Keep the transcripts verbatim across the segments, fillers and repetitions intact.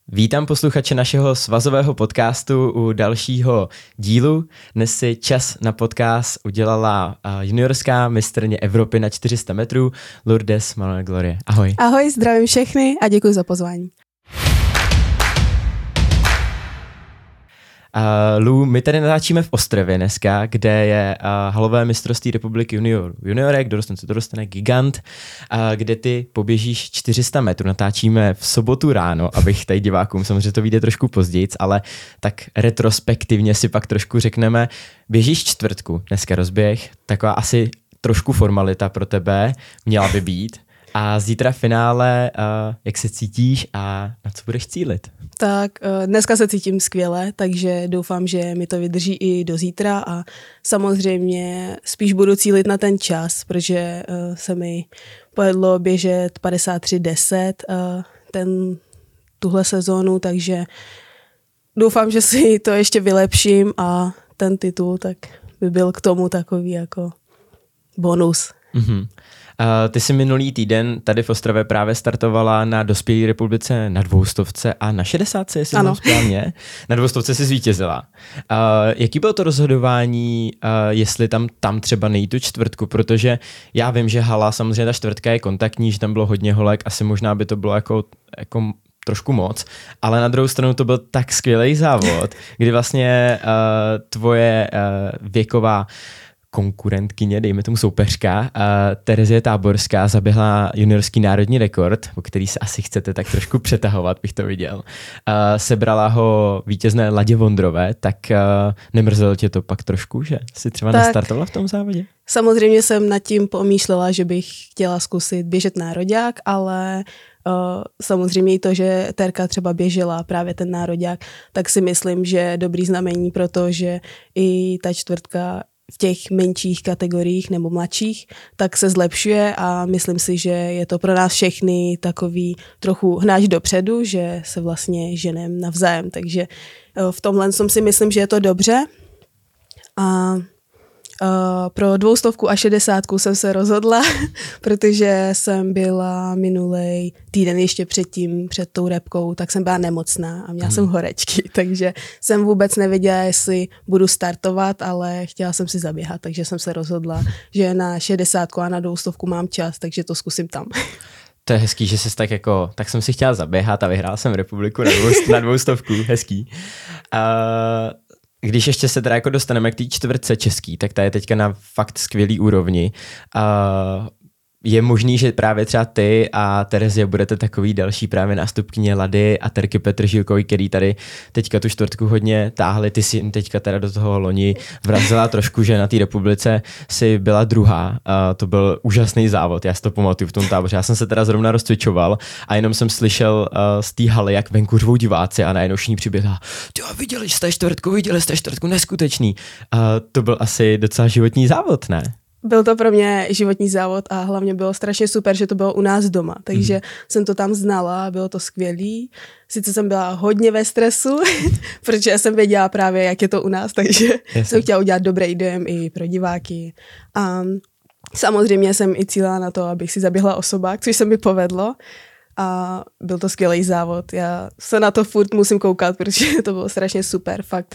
Vítám posluchače našeho svazového podcastu u dalšího dílu. Dnes si čas na podcast udělala juniorská mistryně Evropy na čtyři sta metrů Lourdes Manuel Glorie. Ahoj. Ahoj, zdravím všechny a děkuji za pozvání. Uh, Lou, my tady natáčíme v Ostravě dneska, kde je uh, halové mistrovství republiky junior, juniorek, dorostence, dorostane gigant, uh, kde ty poběžíš čtyři sta metrů. Natáčíme v sobotu ráno, abych tady divákům, samozřejmě to vyjde trošku později, ale tak retrospektivně si pak trošku řekneme, běžíš čtvrtku, dneska rozběh, taková asi trošku formalita pro tebe měla by být. A zítra v finále, uh, jak se cítíš a na co budeš cílit? Tak dneska se cítím skvěle, takže doufám, že mi to vydrží i do zítra a samozřejmě spíš budu cílit na ten čas, protože uh, se mi povedlo běžet padesát tři deset uh, ten, tuhle sezónu, takže doufám, že si to ještě vylepším a ten titul tak by byl k tomu takový jako bonus. Mm-hmm. Uh, ty jsi minulý týden tady v Ostravě právě startovala na dospělé republice na dvoustovce a na šedesátce, jestli mám správně. Na dvoustovce jsi zvítězila. Uh, jaký bylo to rozhodování, uh, jestli tam, tam třeba nejít tu čtvrtku, protože já vím, že hala, samozřejmě ta čtvrtka je kontaktní, že tam bylo hodně holek, asi možná by to bylo jako, jako trošku moc, ale na druhou stranu to byl tak skvělý závod, kdy vlastně uh, tvoje uh, věková konkurentkyně, dejme tomu soupeřka, uh, Terezie Táborská zaběhla juniorský národní rekord, o který se asi chcete tak trošku přetahovat, bych to viděl. Uh, sebrala ho vítězné Ladě Vondrové, tak uh, nemrzelo tě to pak trošku, že jsi třeba tak nestartovala v tom závodě? Samozřejmě jsem nad tím pomýšlela, že bych chtěla zkusit běžet nároďák, ale Uh, samozřejmě i to, že Terka třeba běžela právě ten nároďák, tak si myslím, že je dobrý znamení, protože i ta čtvrtka v těch menších kategoriích nebo mladších, tak se zlepšuje a myslím si, že je to pro nás všechny takový trochu hnáč dopředu, že se vlastně ženem navzájem, takže uh, v tomhle som si myslím, že je to dobře. A Uh, pro dvoustovku a šedesátku jsem se rozhodla, protože jsem byla minulej týden ještě předtím, před tou repkou, tak jsem byla nemocná a měla hmm. jsem horečky, takže jsem vůbec nevěděla, jestli budu startovat, ale chtěla jsem si zaběhat, takže jsem se rozhodla, že na šedesátku a na dvoustovku mám čas, takže to zkusím tam. To je hezký, že jsi tak jako, tak jsem si chtěla zaběhat a vyhrál jsem republiku na, dvou, na dvoustovku, hezký. Uh, Když ještě se teda jako dostaneme k té čtvrtce český, tak ta je teďka na fakt skvělý úrovni. Uh, je možný, že právě třeba ty a Terezie budete takový další právě nástupkyně Lady a Terky Petržilkový, který tady teďka tu čtvrtku hodně táhli. Ty si teďka teda do toho loni vrazila trošku, že na té republice si byla druhá. Uh, to byl úžasný závod, já si to pamatuju v tom táboře. Já jsem se teda zrovna rozcvičoval a jenom jsem slyšel uh, z té haly, jak venku řvou diváci a najednou všichni přiběhla. Ty viděli jste čtvrtku, viděli jste čtvrtku, neskutečný. Uh, to byl asi docela životní závod, ne? Byl to pro mě životní závod a hlavně bylo strašně super, že to bylo u nás doma, takže mm. jsem to tam znala, bylo to skvělý. Sice jsem byla hodně ve stresu, protože jsem věděla právě, jak je to u nás, takže Jasně. jsem chtěla udělat dobrý dojem i pro diváky. A samozřejmě jsem i cílila na to, abych si zaběhla osobák, což se mi povedlo. A byl to skvělý závod. Já se na to furt musím koukat, protože to bylo strašně super, fakt.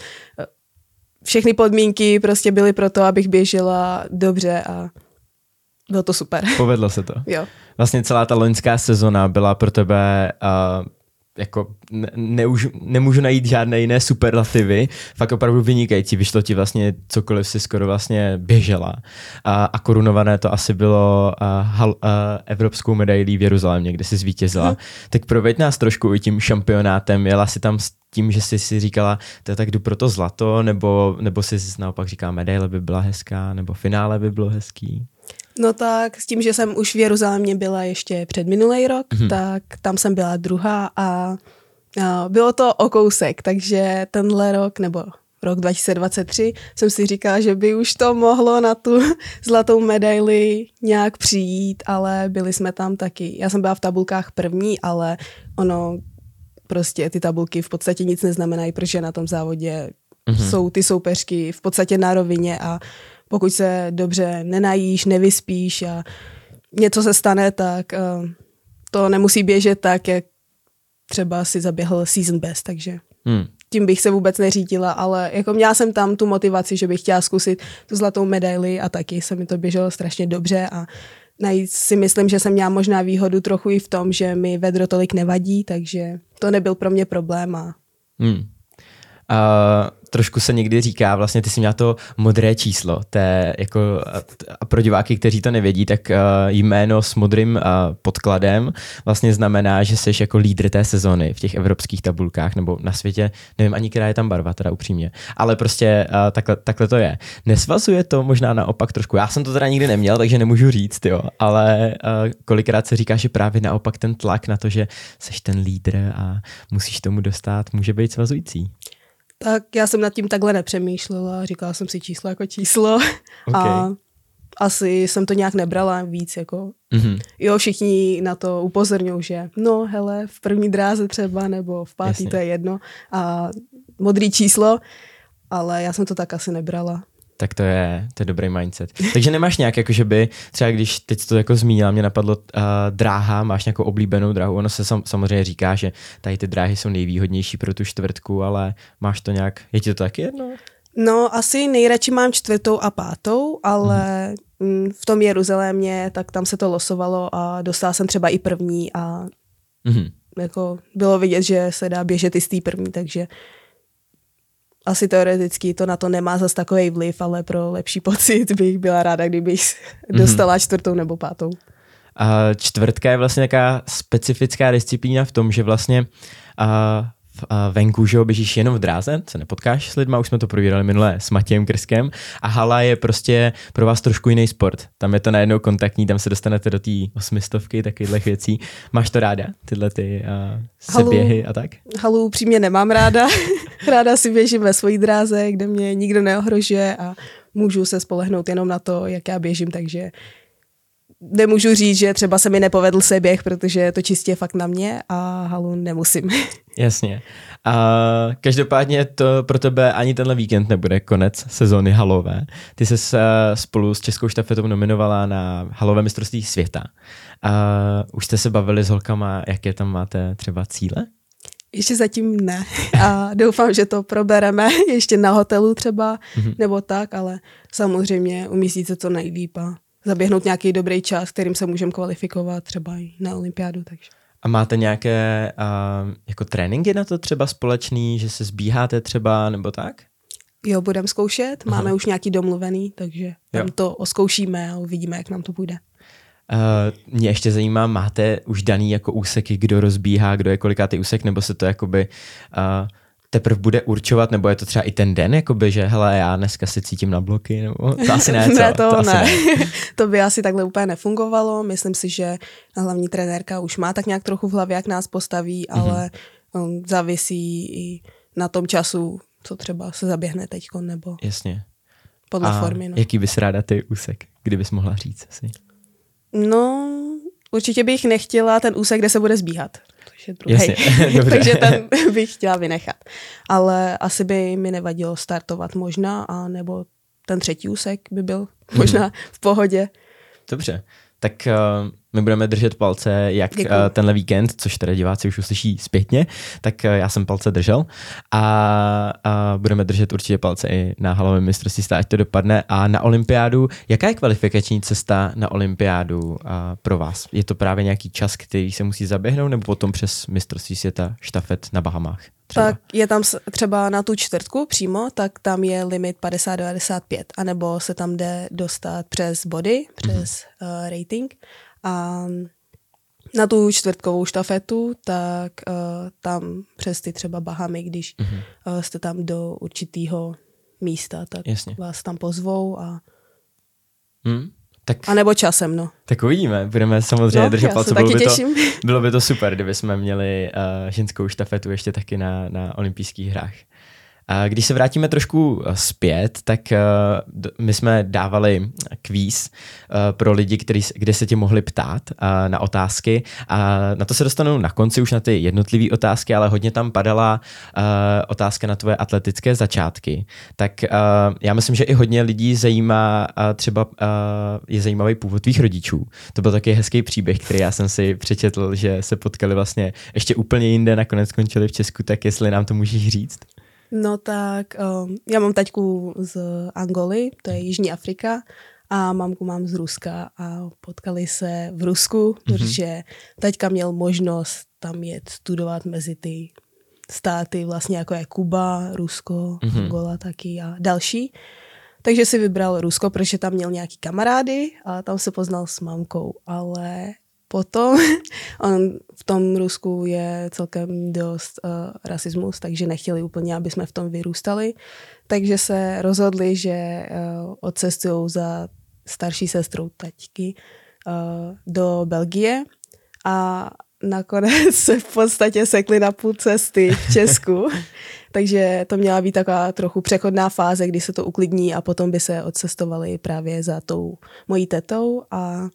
Všechny podmínky prostě byly pro to, abych běžela dobře a bylo to super. Povedlo se to. Jo. Vlastně celá ta loňská sezona byla pro tebe uh, jako ne, neuž, nemůžu najít žádné jiné superlativy, fakt opravdu vynikající, vyšlo ti vlastně cokoliv si skoro vlastně běžela. Uh, a korunované to asi bylo uh, hal, uh, evropskou medailí v Jeruzalémě, kde jsi zvítězila. Uh-huh. Tak proveď nás trošku i tím šampionátem, jela si tam tím, že jsi si říkala, to tak jdu pro to zlato, nebo, nebo jsi naopak říkala, medaile by byla hezká, nebo finále by bylo hezký? No tak s tím, že jsem už v Jeruzalémě byla ještě před minulý rok, mm-hmm. tak tam jsem byla druhá a, a bylo to o kousek, takže tenhle rok, nebo rok dva tisíce dvacet tři, jsem si říkala, že by už to mohlo na tu zlatou medaili nějak přijít, ale byli jsme tam taky. Já jsem byla v tabulkách první, ale ono prostě ty tabulky v podstatě nic neznamenají, protože na tom závodě mm-hmm. jsou ty soupeřky v podstatě na rovině a pokud se dobře nenajíš, nevyspíš a něco se stane, tak uh, to nemusí běžet tak, jak třeba si zaběhl season best, takže hmm. tím bych se vůbec neřídila, ale jako měla jsem tam tu motivaci, že bych chtěla zkusit tu zlatou medaili a taky se mi to běželo strašně dobře a najít si myslím, že jsem měla možná výhodu trochu i v tom, že mi vedro tolik nevadí, takže to nebyl pro mě problém. A... Hmm. Uh, trošku se někdy říká, vlastně ty jsi měla to modré číslo, té, jako, a pro diváky, kteří to nevědí, tak uh, jméno s modrým uh, podkladem vlastně znamená, že jsi jako lídr té sezony v těch evropských tabulkách, nebo na světě, nevím ani, která je tam barva, teda upřímně, ale prostě uh, takhle, takhle to je. Nesvazuje to možná naopak trošku, já jsem to teda nikdy neměl, takže nemůžu říct, jo, ale uh, kolikrát se říká, že právě naopak ten tlak na to, že jsi ten lídr a musíš tomu dostat, může být svazující. Tak já jsem nad tím takhle nepřemýšlela, říkala jsem si číslo jako číslo okay. a asi jsem to nějak nebrala víc, jako mm-hmm. jo, všichni na to upozorňují, že no hele, v první dráze třeba, nebo v pátý, Jasně. to je jedno a modrý číslo, ale já jsem to tak asi nebrala. Tak to je, to je dobrý mindset. Takže nemáš nějak, jako že by, třeba když teď to jako zmínila, mě napadlo uh, dráha, máš nějakou oblíbenou dráhu, ono se sam, samozřejmě říká, že tady ty dráhy jsou nejvýhodnější pro tu čtvrtku, ale máš to nějak, je ti to taky jedno? No asi nejradši mám čtvrtou a pátou, ale mm. v tom Jeruzalémě, tak tam se to losovalo a dostala jsem třeba i první a mm. jako bylo vidět, že se dá běžet i z té první, takže asi teoreticky to na to nemá zas takový vliv, ale pro lepší pocit bych byla ráda, kdybych mm-hmm. dostala čtvrtou nebo pátou. A čtvrtka je vlastně taková specifická disciplína v tom, že vlastně a, a venku, že ho běžíš jenom v dráze, se nepotkáš s lidma, už jsme to probírali minule s Matějem Krskem a hala je prostě pro vás trošku jiný sport. Tam je to najednou kontaktní, tam se dostanete do té osmistovky, takových věcí. Máš to ráda, tyhle ty uh, seběhy a tak? Halu upřímně nemám ráda. Ráda si běžím ve svojí dráze, kde mě nikdo neohrožuje a můžu se spolehnout jenom na to, jak já běžím, takže nemůžu říct, že třeba se mi nepovedl seběh, protože je to čistě fakt na mě a halu nemusím. Jasně. A každopádně to pro tebe ani tenhle víkend nebude konec sezóny halové. Ty ses spolu s Českou štafetou nominovala na halové mistrovství světa. A už jste se bavili s holkama, jaké tam máte třeba cíle? Ještě zatím ne. A doufám, že to probereme ještě na hotelu třeba, mm-hmm. nebo tak, ale samozřejmě umístit se co nejlíp a zaběhnout nějaký dobrý čas, kterým se můžeme kvalifikovat třeba i na olympiádu. Takže. A máte nějaké uh, jako tréninky na to třeba společný, že se sbíháte třeba nebo tak? Jo, budeme zkoušet, máme Aha. už nějaký domluvený, takže tam to oskoušíme a uvidíme, jak nám to půjde. Uh, mě ještě zajímá, máte už daný jako úseky, kdo rozbíhá, kdo je kolikátý úsek, nebo se to jakoby uh, teprve bude určovat, nebo je to třeba i ten den, jakoby, že hele, já dneska si cítím na bloky, nebo to asi ne, co? ne, to, to, ne. Asi ne. To by asi takhle úplně nefungovalo, myslím si, že hlavní trenérka už má tak nějak trochu v hlavě, jak nás postaví, mm-hmm. ale um, závisí i na tom času, co třeba se zaběhne teďko, nebo Jasně. podle A formy. No. jaký bys ráda ty úsek, kdybys mohla říct asi? No, určitě bych nechtěla ten úsek, kde se bude zbíhat. Jasně, takže ten bych chtěla vynechat. Ale asi by mi nevadilo startovat možná, a nebo ten třetí úsek by byl možná v pohodě. Dobře, tak uh, my budeme držet palce, jak uh, tenhle víkend, což teda diváci už uslyší zpětně, tak uh, já jsem palce držel a, a budeme držet určitě palce i na halovém mistrovství, ať to dopadne. A na olympiádu, jaká je kvalifikační cesta na olympiádu uh, pro vás? Je to právě nějaký čas, který se musí zaběhnout, nebo potom přes mistrovství světa štafet na Bahamách? Třeba? Tak je tam třeba na tu čtvrtku přímo, tak tam je limit padesát devadesát pět, anebo se tam jde dostat přes body, přes mm-hmm. uh, rating. A na tu čtvrtkovou štafetu, tak uh, tam přes ty třeba Bahamy, když mm-hmm. uh, jste tam do určitého místa, tak Jasně. vás tam pozvou a mm. Tak, a nebo časem, no. Tak uvidíme, budeme samozřejmě no, držet palce. Bylo by, to, bylo by to super, kdyby jsme měli uh, ženskou štafetu ještě taky na, na olympijských hrách. Když se vrátíme trošku zpět, tak my jsme dávali kvíz pro lidi, který, kde se tě mohli ptát na otázky a na to se dostanu na konci už na ty jednotlivé otázky, ale hodně tam padala otázka na tvoje atletické začátky. Tak já myslím, že i hodně lidí zajímá třeba je zajímavý původ tvých rodičů. To byl taky hezký příběh, který já jsem si přečetl, že se potkali vlastně ještě úplně jinde, nakonec skončili v Česku, tak jestli nám to můžeš říct? No tak, um, já mám taťku z Angoly, to je Jižní Afrika, a mamku mám z Ruska a potkali se v Rusku, mm-hmm. protože taťka měl možnost tam jet studovat mezi ty státy, vlastně jako je Kuba, Rusko, mm-hmm. Angola taky a další. Takže si vybral Rusko, protože tam měl nějaký kamarády a tam se poznal s mamkou, ale potom on v tom Rusku je celkem dost uh, rasismus, takže nechtěli úplně, aby jsme v tom vyrůstali. Takže se rozhodli, že uh, odcestují za starší sestrou taťky uh, do Belgie a nakonec se v podstatě sekli na půl cesty v Česku. Takže to měla být taková trochu přechodná fáze, kdy se to uklidní a potom by se odcestovali právě za tou mojí tetou a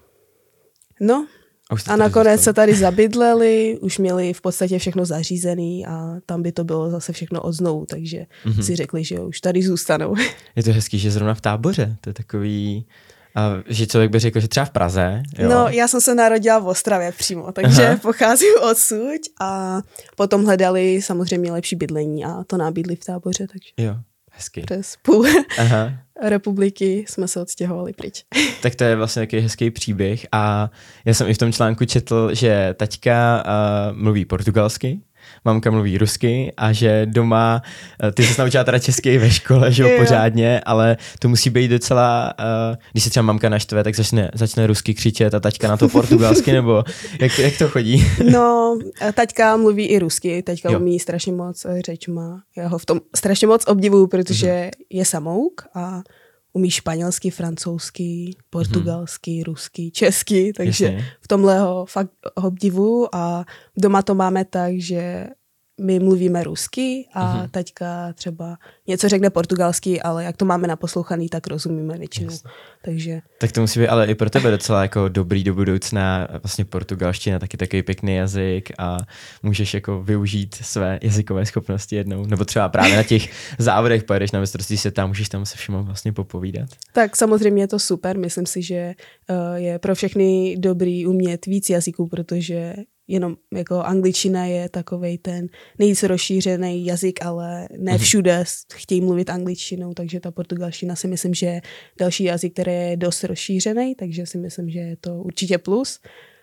no a, a nakonec se tady zabydleli, už měli v podstatě všechno zařízený a tam by to bylo zase všechno od znovu, takže mm-hmm. si řekli, že jo, už tady zůstanou. Je to hezký, že zrovna v Táboře, to je takový, a že člověk by řekl, že třeba v Praze. Jo. No, já jsem se narodila v Ostravě přímo, takže Aha. pocházím odsud a potom hledali samozřejmě lepší bydlení a to nabídli v Táboře, takže jo. Hezký. Přes půl Aha. republiky jsme se odstěhovali pryč. Tak to je vlastně takový hezký příběh a já jsem i v tom článku četl, že taťka uh, mluví portugalsky, mamka mluví rusky a že doma, ty se naučila teda česky ve škole, že jo, pořádně, ale to musí být docela, uh, když se třeba mamka naštve, tak začne, začne rusky křičet a taťka na to portugalsky, nebo jak, jak to chodí? No, taťka mluví i rusky, taťka jo. umí strašně moc řečma, já ho v tom strašně moc obdivuju, protože mm-hmm. je samouk a umí španělsky, francouzsky, portugalsky, mm-hmm. rusky, česky, takže Jasně. v tomhle ho fakt obdivuju a doma to máme tak, že my mluvíme rusky a mm-hmm. taťka třeba něco řekne portugalsky, ale jak to máme naposlouchaný, tak rozumíme většinou. Jasně. Takže... Tak to musí být ale i pro tebe docela jako dobrý do budoucna, vlastně portugalština, taky takový pěkný jazyk a můžeš jako využít své jazykové schopnosti jednou, nebo třeba právě na těch závodech pojedeš na mistrovství světa, můžeš tam se všem vlastně popovídat. Tak samozřejmě je to super, myslím si, že je pro všechny dobrý umět víc jazyků, protože jenom jako angličtina je takovej ten nejvíc rozšířený jazyk, ale ne všude chtějí mluvit angličtinou, takže ta portugalština si myslím, že je další jazyk, který je dost rozšířený, takže si myslím, že je to určitě plus.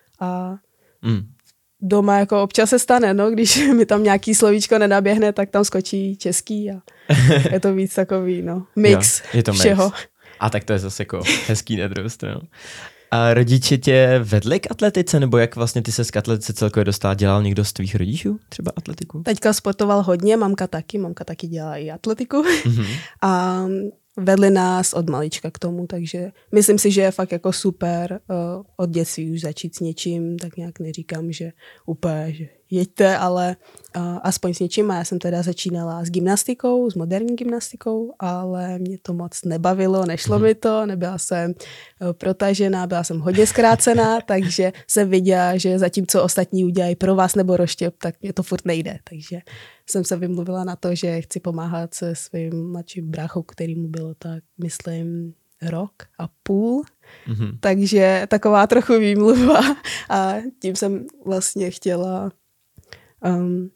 A mm. doma jako občas se stane, no, když mi tam nějaký slovíčko nenaběhne, tak tam skočí český a je to víc takový, no, mix jo, je to všeho. Mix. A tak to je zase jako hezký na druhou stranu. A rodiče tě vedli k atletice, nebo jak vlastně ty se k atletice celkově dostala? Dělal někdo z tvých rodičů třeba atletiku? Teďka sportoval hodně, mamka taky, mamka taky dělá i atletiku. Mm-hmm. A vedli nás od malička k tomu, takže myslím si, že je fakt jako super uh, od dětství už začít s něčím, tak nějak neříkám, že úplně, že jeďte, ale uh, aspoň s něčím. A já jsem teda začínala s gymnastikou, s moderní gymnastikou, ale mě to moc nebavilo, nešlo mm. mi to, nebyla jsem uh, protažená, byla jsem hodně zkrácená, takže jsem viděla, že zatímco ostatní udělají pro vás nebo roštěp, tak mě to furt nejde, takže jsem se vymluvila na to, že chci pomáhat se svým mladším bráchou, který mu bylo tak, myslím, rok a půl. Mm-hmm. Takže taková trochu výmluva a tím jsem vlastně chtěla um,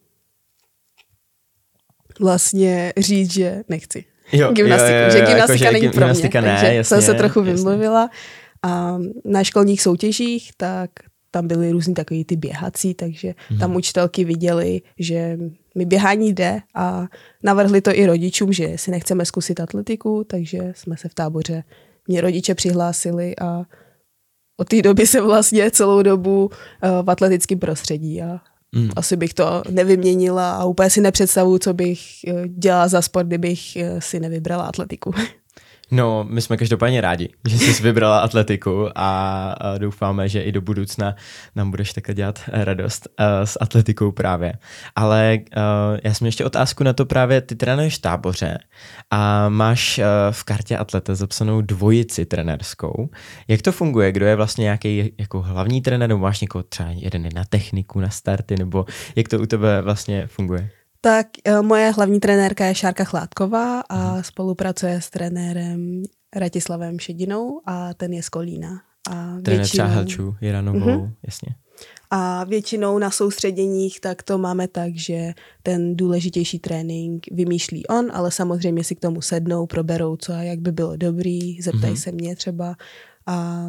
vlastně říct, že nechci jo, gymnastiku, jo, jo, jo, že gymnastika jako, není že pro mě. gymnastika ne, takže jasně, jsem se trochu jasně. vymluvila a na školních soutěžích tak tam byly různý takový ty běhací, takže mm-hmm. tam učitelky viděli, že mi běhání jde a navrhli to i rodičům, že si nechceme zkusit atletiku, takže jsme se v Táboře, mě rodiče přihlásili a od té doby jsem vlastně celou dobu v atletickém prostředí a mm. asi bych to nevyměnila a úplně si nepředstavuju, co bych dělala za sport, kdybych si nevybrala atletiku. No, my jsme každopádně rádi, že jsi vybrala atletiku a, a doufáme, že i do budoucna nám budeš takhle dělat radost uh, s atletikou právě. Ale uh, já jsem ještě otázku na to právě, ty trénuješ v Táboře a máš uh, v kartě atleta zapsanou dvojici trenérskou. Jak to funguje? Kdo je vlastně nějaký jako hlavní trenér, nebo máš někoho třeba jeden na techniku, na starty, nebo jak to u tebe vlastně funguje? Tak moje hlavní trenérka je Šárka Chládková a hmm. spolupracuje s trenérem Ratislavem Šedinou a ten je z Kolína. A trenér třeba Helču, Jiranovou, mm-hmm. jasně. A většinou na soustředěních tak to máme tak, že ten důležitější trénink vymýšlí on, ale samozřejmě si k tomu sednou, proberou, co a jak by bylo dobrý, zeptají mm-hmm. se mě třeba. A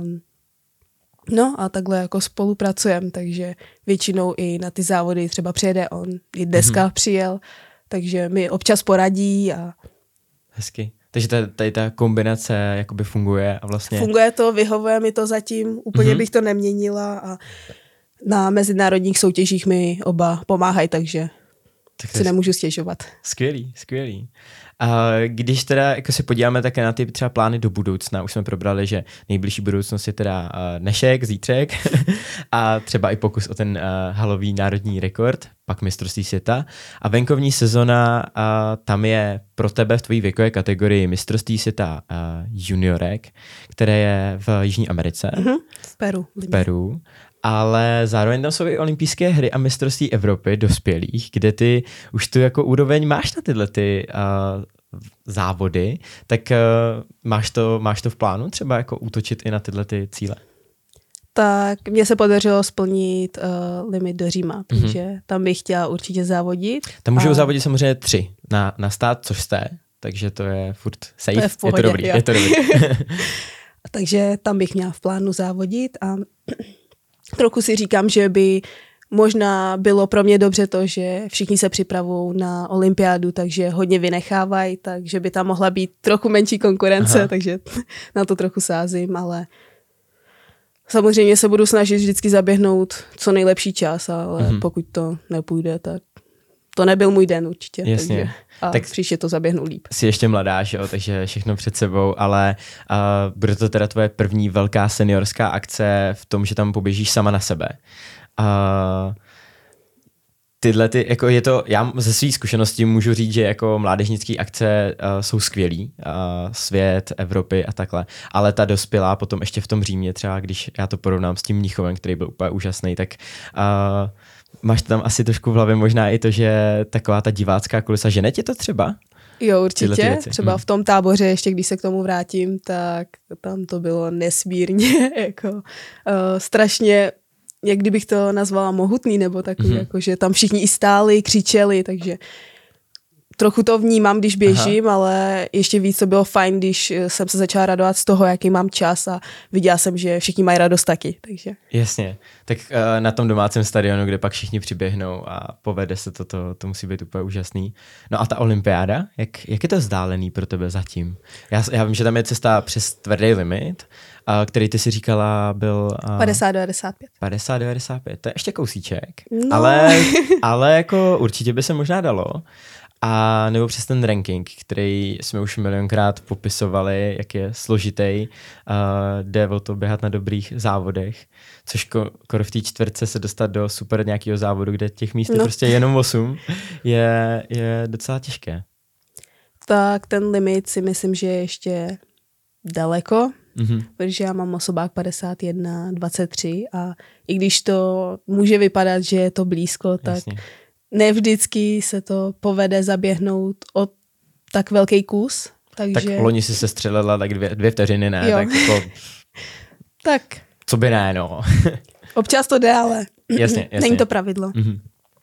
no a takhle jako spolupracujeme, takže většinou i na ty závody třeba přijede on, i dneska mm-hmm. přijel, takže mi občas poradí a... Hezky. Takže ta, tady ta kombinace jakoby funguje a vlastně... Funguje to, vyhovuje mi to zatím, úplně mm-hmm. bych to neměnila a na mezinárodních soutěžích mi oba pomáhají, takže tak si nemůžu stěžovat. Skvělý, skvělý. A když teda jako se podíváme také na ty třeba plány do budoucna, už jsme probrali, že nejbližší budoucnost je teda dnešek, zítřek a třeba i pokus o ten uh, halový národní rekord, pak mistrovství světa a venkovní sezona, uh, tam je pro tebe v tvojí věkové kategorii mistrovství světa uh, juniorek, které je v Jižní Americe. Mm-hmm. V Peru. V Peru. Ale zároveň tam jsou i olympijské hry a mistrovství Evropy dospělých, kde ty už tu jako úroveň máš na tyhle ty uh, závody, tak uh, máš, to, máš to v plánu třeba jako útočit i na tyhle ty cíle? Tak mně se podařilo splnit uh, limit do Říma, takže mm-hmm. tam bych chtěla určitě závodit. Tam můžou a... závodit samozřejmě tři na, na stát, což jste, takže to je furt safe, to je, v pohodě, je to dobrý. Je to dobrý. Takže tam bych měla v plánu závodit a trochu si říkám, že by možná bylo pro mě dobře to, že všichni se připravují na olympiádu, takže hodně vynechávají, takže by tam mohla být trochu menší konkurence, Aha. takže na to trochu sázím, ale samozřejmě se budu snažit vždycky zaběhnout co nejlepší čas, ale mm-hmm. pokud to nepůjde, tak to nebyl můj den určitě. Jasně. Takže a tak příště to zaběhnu líp. Jsi ještě mladá, že jo, takže všechno před sebou, ale uh, bude to teda tvoje první velká seniorská akce v tom, že tam poběžíš sama na sebe. Uh, tyhle ty, jako je to, já ze svých zkušeností můžu říct, že jako mládežnické akce uh, jsou skvělý, uh, svět, Evropy a takhle, ale ta dospělá potom ještě v tom Římě, třeba když já to porovnám s tím Mnichovem, který byl úplně úžasný, tak uh, máš tam asi trošku v hlavě možná i to, že taková ta divácká kulisa, žene tě to třeba? Jo, určitě. Třeba hmm. v tom Táboře, ještě když se k tomu vrátím, tak tam to bylo nesmírně, jako uh, strašně, jak kdybych to nazvala mohutný, nebo takový, hmm. jako, že tam všichni i stáli, křičeli, takže trochu to vnímám, když běžím, Aha. ale ještě víc to bylo fajn, když jsem se začala radovat z toho, jaký mám čas a viděla jsem, že všichni mají radost taky. Takže. Jasně. Tak uh, na tom domácím stadionu, kde pak všichni přiběhnou a povede se to, to, to musí být úplně úžasný. No a ta olympiáda, jak, jak je to vzdálený pro tebe zatím? Já, já vím, že tam je cesta přes tvrdý limit, uh, který ty si říkala byl... Uh, padesát devadesát pět. padesát devadesát pět, to je ještě kousíček. No. Ale, ale jako určitě by se možná dalo. A nebo přes ten ranking, který jsme už milionkrát popisovali, jak je složitý, uh, jde o to běhat na dobrých závodech, což ko, kor v té čtvrtce se dostat do super nějakého závodu, kde těch míst je no. prostě jenom osm, je, je docela těžké. Tak ten limit si myslím, že je ještě daleko, mm-hmm. protože já mám osobák padesát jedna dvacet tři a i když to může vypadat, že je to blízko, tak Jasně. ne vždycky se to povede zaběhnout o tak velký kus. Takže... Tak loni si se střelila tak dvě, dvě vteřiny, ne? Jo. Tak, jako... tak. Co by ne, no. Občas to jde, ale jasně, jasně. není to pravidlo. Mm-hmm.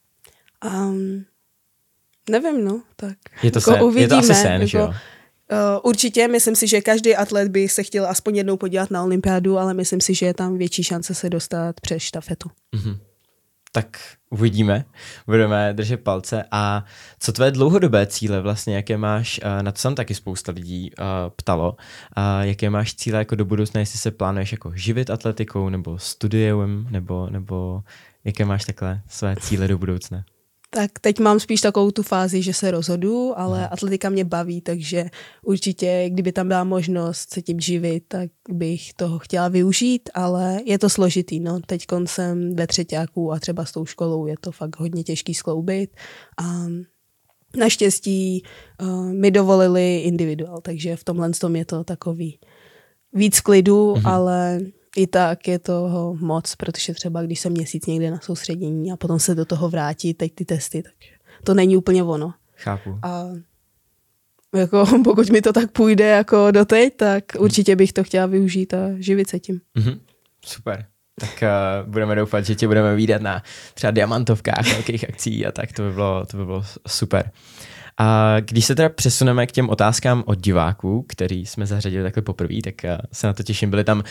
Um, nevím, no. Tak. Je to, jako sen. Uvidíme, je to asi sen, jako, že jo? Uh, určitě, myslím si, že každý atlet by se chtěl aspoň jednou podívat na olympiádu, ale myslím si, že je tam větší šance se dostat přes štafetu. Mm-hmm. Tak uvidíme, budeme držet palce. A co tvé dlouhodobé cíle vlastně, jaké máš, na to jsem taky spousta lidí uh, ptalo, a jaké máš cíle jako do budoucna, jestli se plánuješ jako živit atletikou nebo studiem, nebo, nebo jaké máš takhle své cíle do budoucna? Tak teď mám spíš takovou tu fázi, že se rozhodu, ale hmm. atletika mě baví, takže určitě, kdyby tam byla možnost se tím živit, tak bych toho chtěla využít, ale je to složitý. No. Teď jsem ve třeťáku a třeba s tou školou je to fakt hodně těžký skloubit. A naštěstí uh, mi dovolili individuál, takže v tomhle tom je to takový víc klidu, hmm. ale i tak je toho moc, protože třeba když jsem měsíc někde na soustředění a potom se do toho vrátí teď ty testy, takže to není úplně ono. Chápu. A jako pokud mi to tak půjde jako doteď, tak určitě bych to chtěla využít a živit se tím. Mm-hmm. Super. Tak uh, budeme doufat, že tě budeme vídat na třeba diamantovkách, velkých akcí a tak, to by bylo, to by bylo super. A když se teda přesuneme k těm otázkám od diváků, který jsme zařadili takhle poprvé, tak uh, se na to těším. Byly tam uh,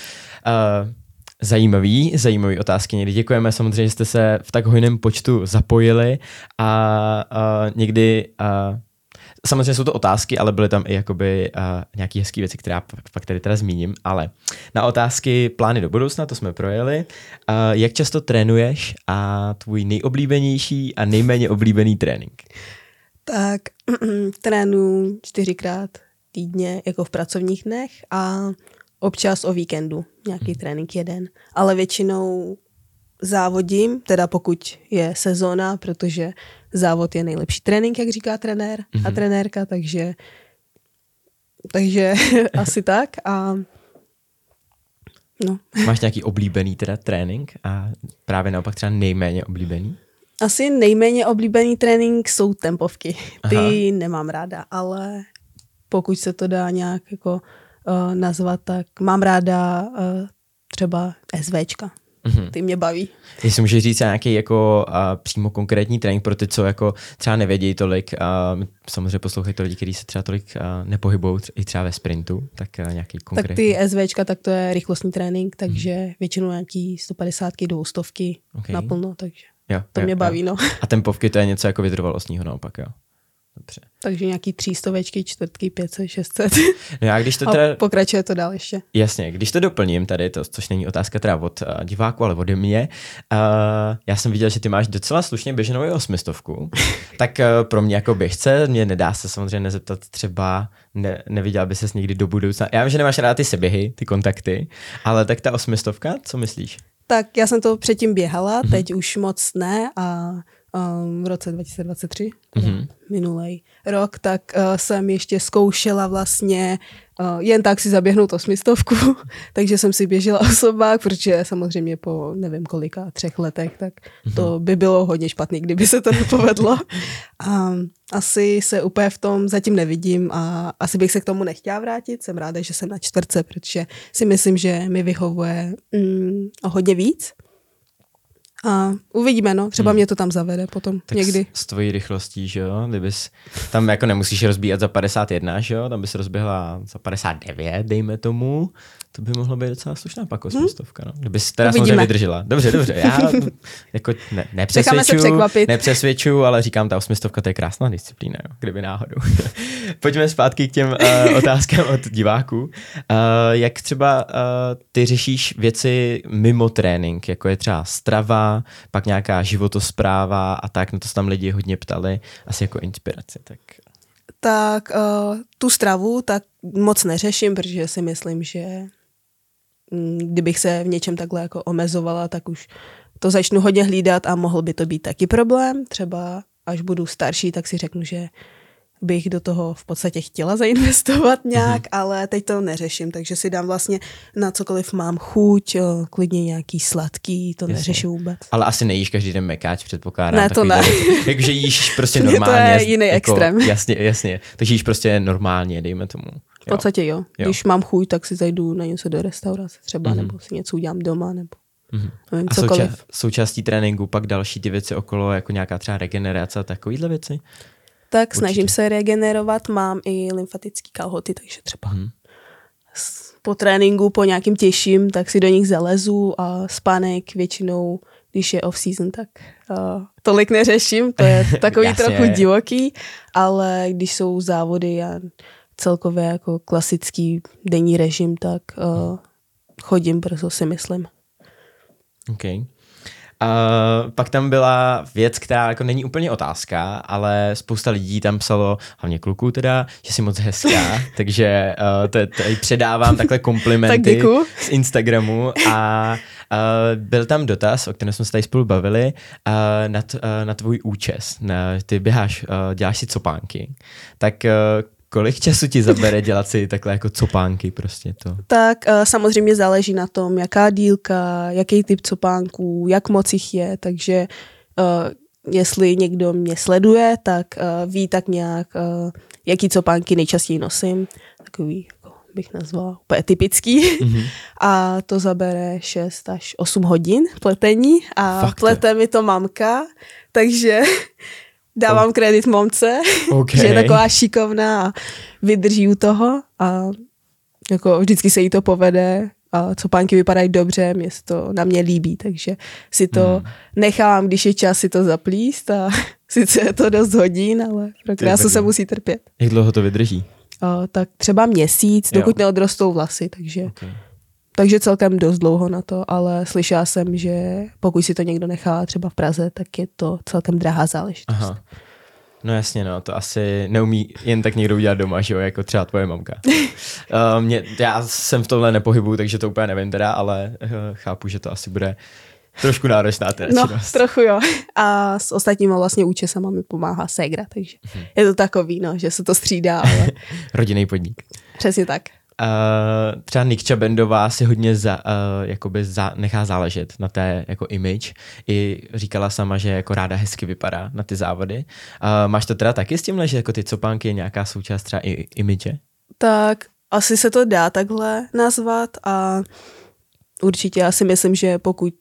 zajímavý, zajímavý otázky. Někdy děkujeme samozřejmě, že jste se v tak hojném počtu zapojili a uh, někdy... Uh, Samozřejmě jsou to otázky, ale byly tam i jakoby uh, nějaký hezký věci, které já pak tady teda zmíním, ale na otázky plány do budoucna, to jsme projeli. Uh, jak často trénuješ a tvůj nejoblíbenější a nejméně oblíbený trénink? Tak trénuji čtyřikrát týdně jako v pracovních dnech a občas o víkendu nějaký hmm. trénink jeden, ale většinou závodím, teda pokud je sezóna, protože závod je nejlepší trénink, jak říká trenér mm-hmm. a trenérka, takže takže asi tak. A no. Máš nějaký oblíbený teda trénink a právě naopak třeba nejméně oblíbený? Asi nejméně oblíbený trénink jsou tempovky. Ty Aha. nemám ráda, ale pokud se to dá nějak jako uh, nazvat, tak mám ráda uh, třeba SVčka. Mm-hmm. Ty mě baví. Jestli můžeš říct nějaký jako uh, přímo konkrétní trénink pro ty, co jako třeba nevědějí tolik, uh, samozřejmě poslouchají to lidi, kteří se třeba tolik uh, nepohybují tr- i třeba ve sprintu, tak uh, nějaký konkrétní. Tak ty SVčka, tak to je rychlostní trénink, takže mm. většinou nějaký sto padesát, dvě stě okay. naplno, takže jo, to jo, mě jo. baví, no. A tempovky to je něco jako vytrvalostního naopak, jo? Dobře. Takže nějaký třístovečky, čtvrtky, pět set, šest set. No já když to teda... A pokračuje to dál ještě. Jasně, když to doplním tady, to, což není otázka teda od uh, diváku, ale ode mě, uh, já jsem viděl, že ty máš docela slušně běženou i osmistovku, tak uh, pro mě jako běžce, mě nedá se samozřejmě nezeptat třeba, ne, neviděl by ses někdy do budoucna. Já vím, že nemáš rád ty seběhy, ty kontakty, ale tak ta osmistovka, co myslíš? Tak já jsem to předtím běhala, mm-hmm. teď už moc ne a Um, v roce dva tisíce dvacet tři, mm-hmm. minulý rok, tak uh, jsem ještě zkoušela vlastně uh, jen tak si zaběhnout osmistovku, takže jsem si běžela osobák, protože samozřejmě po nevím kolika, třech letech, tak mm-hmm. to by bylo hodně špatný, kdyby se to nepovedlo. Um, asi se úplně v tom zatím nevidím a asi bych se k tomu nechtěla vrátit. Jsem ráda, že jsem na čtvrtce, protože si myslím, že mi vyhovuje mm, hodně víc. A uvidíme, no. Třeba hmm. mě to tam zavede potom tak někdy. S, s tvojí rychlostí, že jo? Kdybys tam jako nemusíš rozbíhat za padesát jedna, že jo? Tam bys rozběhla za padesát devět, dejme tomu. To by mohlo být docela slušná pak osmistovka, no. Kdybys teda uvidíme. samozřejmě vydržela. Dobře, dobře. Já jako ne, nepřesvědčuju, nepřesvědčuju, ale říkám, ta osmistovka to je krásná disciplína, jo? Kdyby náhodou. Pojďme zpátky k těm uh, otázkám od diváků. Uh, jak třeba uh, ty řešíš věci mimo trénink, jako je třeba strava, pak nějaká životospráva a tak, na to se tam lidi hodně ptali, asi jako inspirace. Tak, tak uh, tu stravu tak moc neřeším, protože si myslím, že m, kdybych se v něčem takhle jako omezovala, tak už to začnu hodně hlídat a mohl by to být taky problém. Třeba až budu starší, tak si řeknu, že bych do toho v podstatě chtěla zainvestovat nějak, mm-hmm. ale teď to neřeším, takže si dám vlastně na cokoliv mám chuť, jo, klidně nějaký sladký, to Jasně. neřeším vůbec. Ale asi nejíš každý den mekáč, předpokládám. Ne, to ne. Takže jíš prostě normálně. To je jiný jako, extrém. Jasně, jasně. Takže jíš prostě normálně, dejme tomu. Jo. V podstatě jo. jo. Když mám chuť, tak si zajdu na něco do restaurace třeba, mm-hmm. nebo si něco udělám doma, nebo mm-hmm. nevím, a cokoliv. Souča- součástí tréninku pak další ty věci okolo, jako nějaká třeba regenerace a takovýhle věci? Tak Určitě. Snažím se regenerovat, mám i lymfatické kalhoty, takže třeba hmm. po tréninku, po nějakým těžším, tak si do nich zalezu a spánek většinou, když je off-season, tak uh, tolik neřeším, to je takový trochu divoký, ale když jsou závody a celkově jako klasický denní režim, tak uh, chodím, proto si myslím. Okay. Uh, pak tam byla věc, která jako není úplně otázka, ale spousta lidí tam psalo, hlavně kluků teda, že jsi moc hezká, takže uh, to, to předávám takhle komplimenty tak z Instagramu a uh, byl tam dotaz, o kterém jsme se tady spolu bavili, uh, na, t, uh, na tvůj účes. Na, ty běháš, uh, děláš si copánky, tak uh, kolik času ti zabere dělat si takhle jako copánky prostě to? Tak uh, samozřejmě záleží na tom, jaká dílka, jaký typ copánků, jak moc jich je, takže uh, jestli někdo mě sleduje, tak uh, ví tak nějak, uh, jaký copánky nejčastěji nosím, takový jako bych nazvala úplně typický. Mm-hmm. A to zabere šest až osm hodin pletení a Fakt, plete mi to mamka, takže dávám oh. kredit mamce, okay. že je taková šikovná a vydrží u toho a jako vždycky se jí to povede a copánky vypadají dobře, mě se to na mě líbí, takže si to hmm. nechám, když je čas si to zaplíst a sice je to dost hodin, ale pro krásu se musí trpět. Jak dlouho to vydrží? O, tak třeba měsíc, dokud jo. neodrostou vlasy, takže... Okay. Takže celkem dost dlouho na to, ale slyšela jsem, že pokud si to někdo nechá třeba v Praze, tak je to celkem drahá záležitost. Aha. No jasně, no, to asi neumí jen tak někdo udělat doma, že jo, jako třeba tvoje mamka. uh, mě, já jsem v tomhle nepohybu, takže to úplně nevím teda, ale uh, chápu, že to asi bude trošku náročná teda No, činnost. trochu jo. A s ostatníma vlastně účesama mi pomáhá ségra, takže hmm. je to takový, no, že se to střídá, ale... Rodinný podnik. Přesně tak. Uh, třeba Nikča Bendová si hodně za, uh, jakoby za, nechá záležet na té jako image. I říkala sama, že jako ráda hezky vypadá na ty závody. Uh, máš to teda taky s tímhle, že jako ty copánky je nějaká součást třeba i image? Tak asi se to dá takhle nazvat a určitě já si myslím, že pokud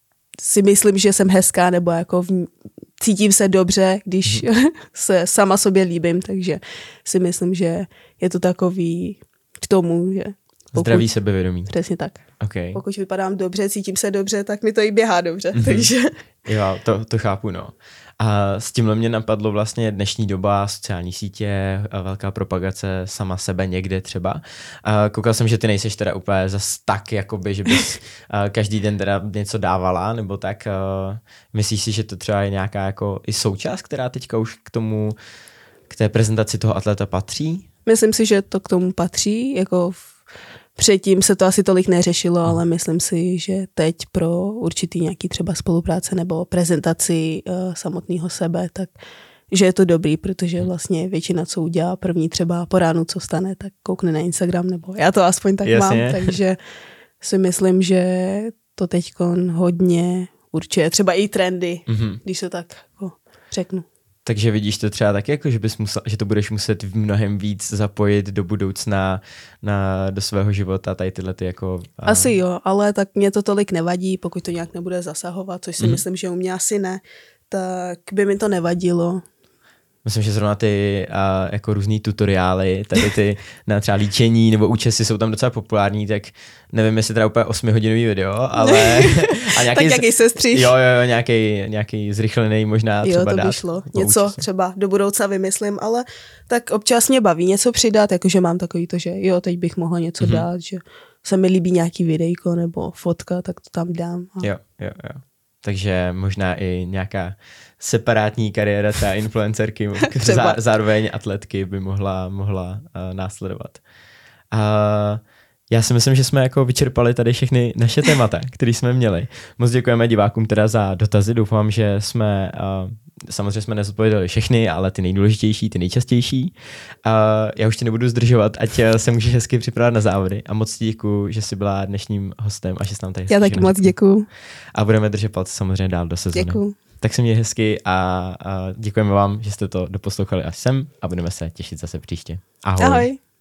si myslím, že jsem hezká nebo jako v, cítím se dobře, když hmm. se sama sobě líbím, takže si myslím, že je to takový k tomu, že... Pokud, Zdravý sebevědomí. Přesně tak. Okay. Pokud vypadám dobře, cítím se dobře, tak mi to i běhá dobře, mm-hmm. takže... Jo, to, to chápu, no. A s tímhle mě napadlo vlastně dnešní doba, sociální sítě, velká propagace sama sebe někde třeba. A koukal jsem, že ty nejseš teda úplně zas tak, jakoby, že bys každý den teda něco dávala, nebo tak. Myslíš si, že to třeba je nějaká jako i součást, která teďka už k tomu, k té prezentaci toho atleta patří? Myslím si, že to k tomu patří, jako v... předtím se to asi tolik neřešilo, ale myslím si, že teď pro určitý nějaký třeba spolupráce nebo prezentaci uh, samotného sebe, tak že je to dobrý, protože vlastně většina, co udělá první třeba po ránu, co stane, tak koukne na Instagram, nebo já to aspoň tak Jasně. mám, takže si myslím, že to teďkon hodně určuje, třeba i trendy, mm-hmm. když to tak jako řeknu. Takže vidíš to třeba tak, jako, že, bys musel, že to budeš muset v mnohem víc zapojit do budoucna na, do svého života, tady tyhle ty jako... A... Asi jo, ale tak mě to tolik nevadí, pokud to nějak nebude zasahovat, což si mm. myslím, že u mě asi ne, tak by mi to nevadilo. Myslím, že zrovna ty a, jako různý tutoriály, tady ty na třeba líčení nebo účesy jsou tam docela populární, tak nevím, jestli teda úplně osmihodinový video, ale... A nějaký, tak nějaký sestřih. Jo, jo, jo, nějaký, nějaký zrychlený možná třeba jo, to dát. by šlo. Něco účesy. Třeba do budoucna vymyslím, ale tak občas mě baví něco přidat, jakože mám takový to, že jo, teď bych mohla něco mm-hmm. dát, že se mi líbí nějaký videjko nebo fotka, tak to tam dám. A... Jo, jo, jo. Takže možná i nějaká separátní kariéra třeba influencerky, zá, zároveň atletky by mohla, mohla uh, následovat. Uh, já si myslím, že jsme jako vyčerpali tady všechny naše témata, které jsme měli. Moc děkujeme divákům teda za dotazy, doufám, že jsme, uh, samozřejmě jsme nezodpověděli všechny, ale ty nejdůležitější, ty nejčastější. Uh, já už tě nebudu zdržovat, ať se můžeš hezky připravit na závody a moc ti děkuju, že jsi byla dnešním hostem a že jsi nám tady Já taky moc děkuju. A budeme držet palce samozřejmě dál do sezóny. Děkuju. Tak se měj hezky a, a děkujeme vám, že jste to doposlouchali až sem a budeme se těšit zase příště. Ahoj. Ahoj.